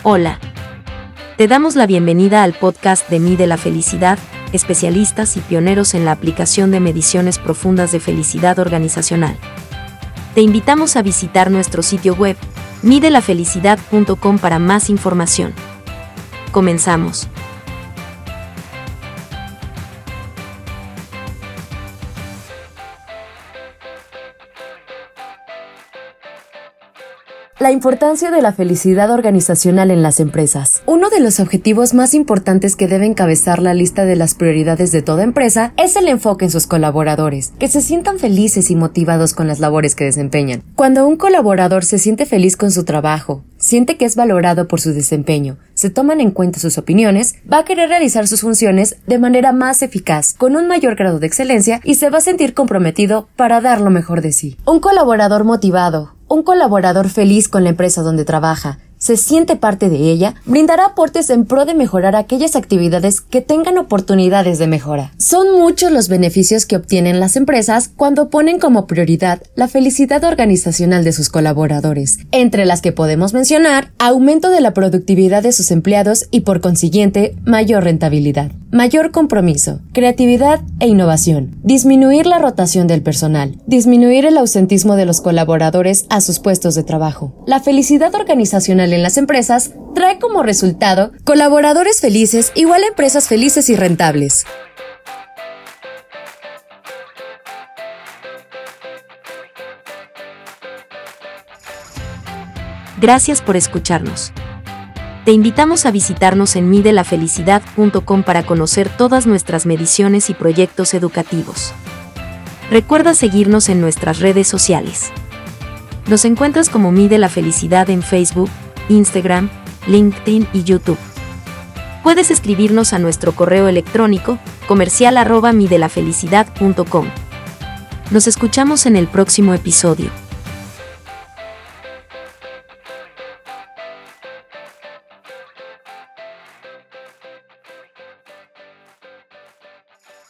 Hola. Te damos la bienvenida al podcast de Mide la Felicidad, especialistas y pioneros en la aplicación de mediciones profundas de felicidad organizacional. Te invitamos a visitar nuestro sitio web, midelafelicidad.com, para más información. Comenzamos. La importancia de la felicidad organizacional en las empresas. Uno de los objetivos más importantes que debe encabezar la lista de las prioridades de toda empresa es el enfoque en sus colaboradores, que se sientan felices y motivados con las labores que desempeñan. Cuando un colaborador se siente feliz con su trabajo, siente que es valorado por su desempeño, se toman en cuenta sus opiniones, va a querer realizar sus funciones de manera más eficaz, con un mayor grado de excelencia, y se va a sentir comprometido para dar lo mejor de sí. Un colaborador motivado, un colaborador feliz con la empresa donde trabaja, se siente parte de ella, brindará aportes en pro de mejorar aquellas actividades que tengan oportunidades de mejora. Son muchos los beneficios que obtienen las empresas cuando ponen como prioridad la felicidad organizacional de sus colaboradores, entre las que podemos mencionar aumento de la productividad de sus empleados y, por consiguiente, mayor rentabilidad, mayor compromiso, creatividad e innovación, disminuir la rotación del personal, disminuir el ausentismo de los colaboradores a sus puestos de trabajo. La felicidad organizacional en las empresas trae como resultado colaboradores felices igual a empresas felices y rentables. Gracias por escucharnos. Te invitamos a visitarnos en midelafelicidad.com para conocer todas nuestras mediciones y proyectos educativos. Recuerda seguirnos en nuestras redes sociales. Nos encuentras como Mide la Felicidad en Facebook, Instagram, LinkedIn y YouTube. Puedes escribirnos a nuestro correo electrónico comercial@midelafelicidad.com. Nos escuchamos en el próximo episodio.